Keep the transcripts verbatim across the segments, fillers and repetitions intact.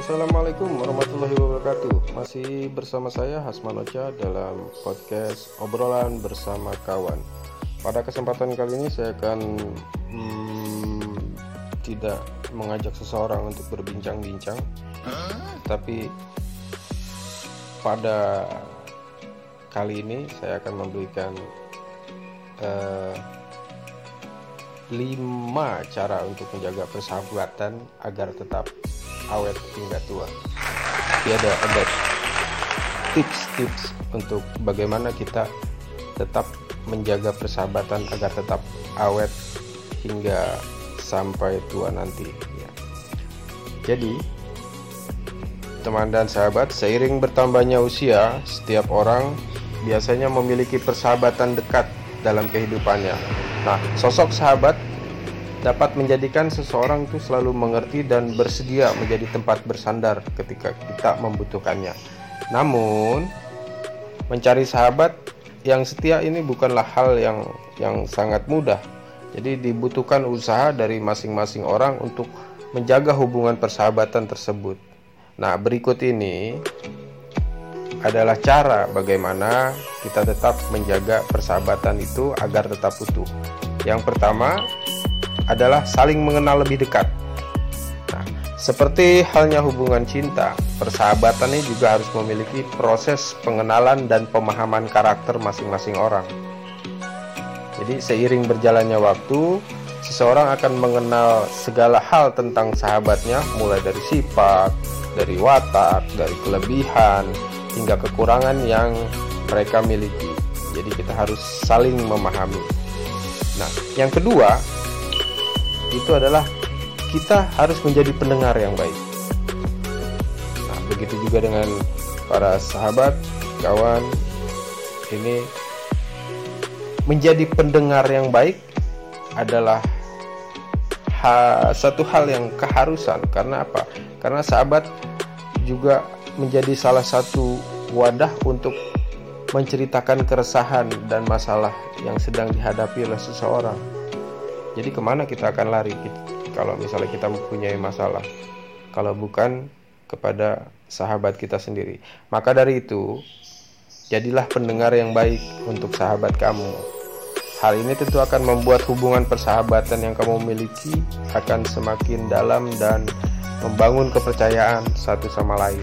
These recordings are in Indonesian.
Assalamualaikum warahmatullahi wabarakatuh. Masih bersama saya Hasman Ocha dalam podcast obrolan bersama kawan. Pada kesempatan kali ini saya akan hmm, tidak mengajak seseorang untuk berbincang-bincang, tapi pada kali ini saya akan memberikan uh, lima cara untuk menjaga persahabatan agar tetap awet hingga tua. Jadi ada ada tips-tips untuk bagaimana kita tetap menjaga persahabatan agar tetap awet hingga sampai tua nanti ya. Jadi teman dan sahabat, seiring bertambahnya usia, setiap orang biasanya memiliki persahabatan dekat dalam kehidupannya. Nah, sosok sahabat dapat menjadikan seseorang itu selalu mengerti dan bersedia menjadi tempat bersandar ketika kita membutuhkannya. Namun, mencari sahabat yang setia ini bukanlah hal yang yang sangat mudah. Jadi dibutuhkan usaha dari masing-masing orang untuk menjaga hubungan persahabatan tersebut. Nah, berikut ini adalah cara bagaimana kita tetap menjaga persahabatan itu agar tetap utuh. Yang pertama adalah saling mengenal lebih dekat. Nah, seperti halnya hubungan cinta, persahabatan ini juga harus memiliki proses pengenalan dan pemahaman karakter masing-masing orang. Jadi seiring berjalannya waktu, seseorang akan mengenal segala hal tentang sahabatnya, mulai dari sifat, dari watak, dari kelebihan, hingga kekurangan yang mereka miliki. Jadi kita harus saling memahami. Nah, yang kedua itu adalah kita harus menjadi pendengar yang baik. Nah, begitu juga dengan para sahabat, kawan. Ini menjadi pendengar yang baik adalah ha, satu hal yang keharusan. Karena apa? Karena sahabat juga menjadi salah satu wadah untuk menceritakan keresahan dan masalah yang sedang dihadapi oleh seseorang. Jadi kemana kita akan lari kalau misalnya kita mempunyai masalah, kalau bukan kepada sahabat kita sendiri? Maka dari itu, jadilah pendengar yang baik untuk sahabat kamu. Hal ini tentu akan membuat hubungan persahabatan yang kamu miliki akan semakin dalam dan membangun kepercayaan satu sama lain.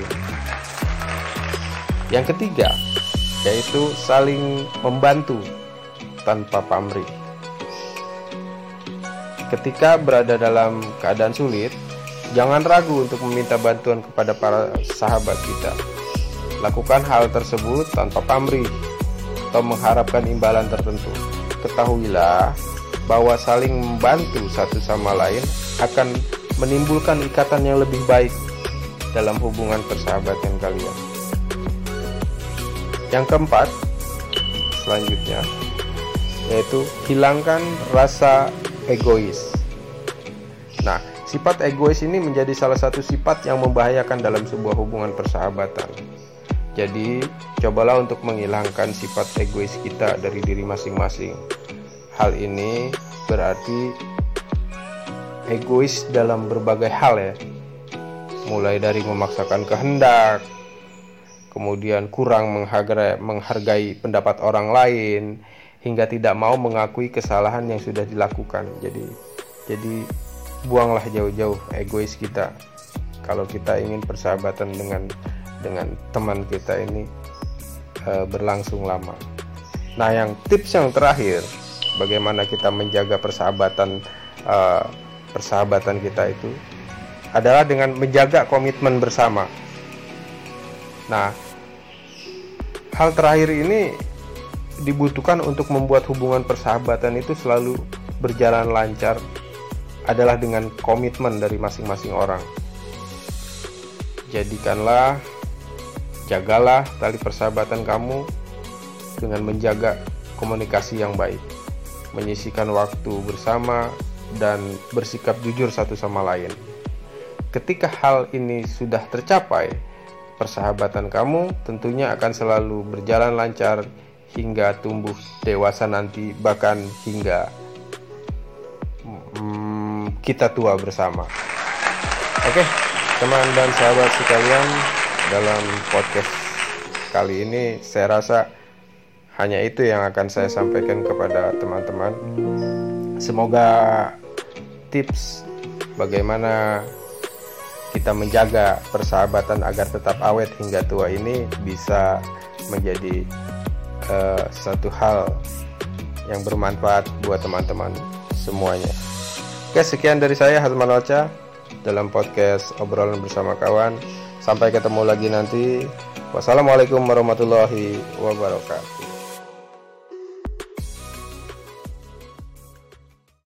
Yang ketiga, yaitu saling membantu tanpa pamrih. Ketika berada dalam keadaan sulit, jangan ragu untuk meminta bantuan kepada para sahabat kita. Lakukan hal tersebut tanpa pamrih atau mengharapkan imbalan tertentu. Ketahuilah bahwa saling membantu satu sama lain akan menimbulkan ikatan yang lebih baik dalam hubungan persahabatan kalian. Yang keempat, selanjutnya, yaitu hilangkan rasa egois. Nah, sifat egois ini menjadi salah satu sifat yang membahayakan dalam sebuah hubungan persahabatan. Jadi, cobalah untuk menghilangkan sifat egois kita dari diri masing-masing. Hal ini berarti egois dalam berbagai hal ya. Mulai dari memaksakan kehendak, kemudian kurang menghargai, menghargai pendapat orang lain, hingga tidak mau mengakui kesalahan yang sudah dilakukan. Jadi, jadi buanglah jauh-jauh egois kita. Kalau kita ingin persahabatan dengan dengan teman kita ini e, berlangsung lama. Nah, yang tips yang terakhir, bagaimana kita menjaga persahabatan e, persahabatan kita itu adalah dengan menjaga komitmen bersama. Nah, hal terakhir ini dibutuhkan untuk membuat hubungan persahabatan itu selalu berjalan lancar adalah dengan komitmen dari masing-masing orang. Jadikanlah, jagalah tali persahabatan kamu dengan menjaga komunikasi yang baik, menyisihkan waktu bersama, dan bersikap jujur satu sama lain. Ketika hal ini sudah tercapai, persahabatan kamu tentunya akan selalu berjalan lancar hingga tumbuh dewasa nanti, bahkan hingga hmm, kita tua bersama. Oke, teman dan sahabat sekalian, dalam podcast kali ini saya rasa hanya itu yang akan saya sampaikan kepada teman-teman. Semoga tips bagaimana kita menjaga persahabatan agar tetap awet hingga tua ini bisa menjadi uh, satu hal yang bermanfaat buat teman-teman semuanya. Oke, sekian dari saya, Hazman Ocha, dalam podcast Obrolan Bersama Kawan. Sampai ketemu lagi nanti. Wassalamualaikum warahmatullahi wabarakatuh.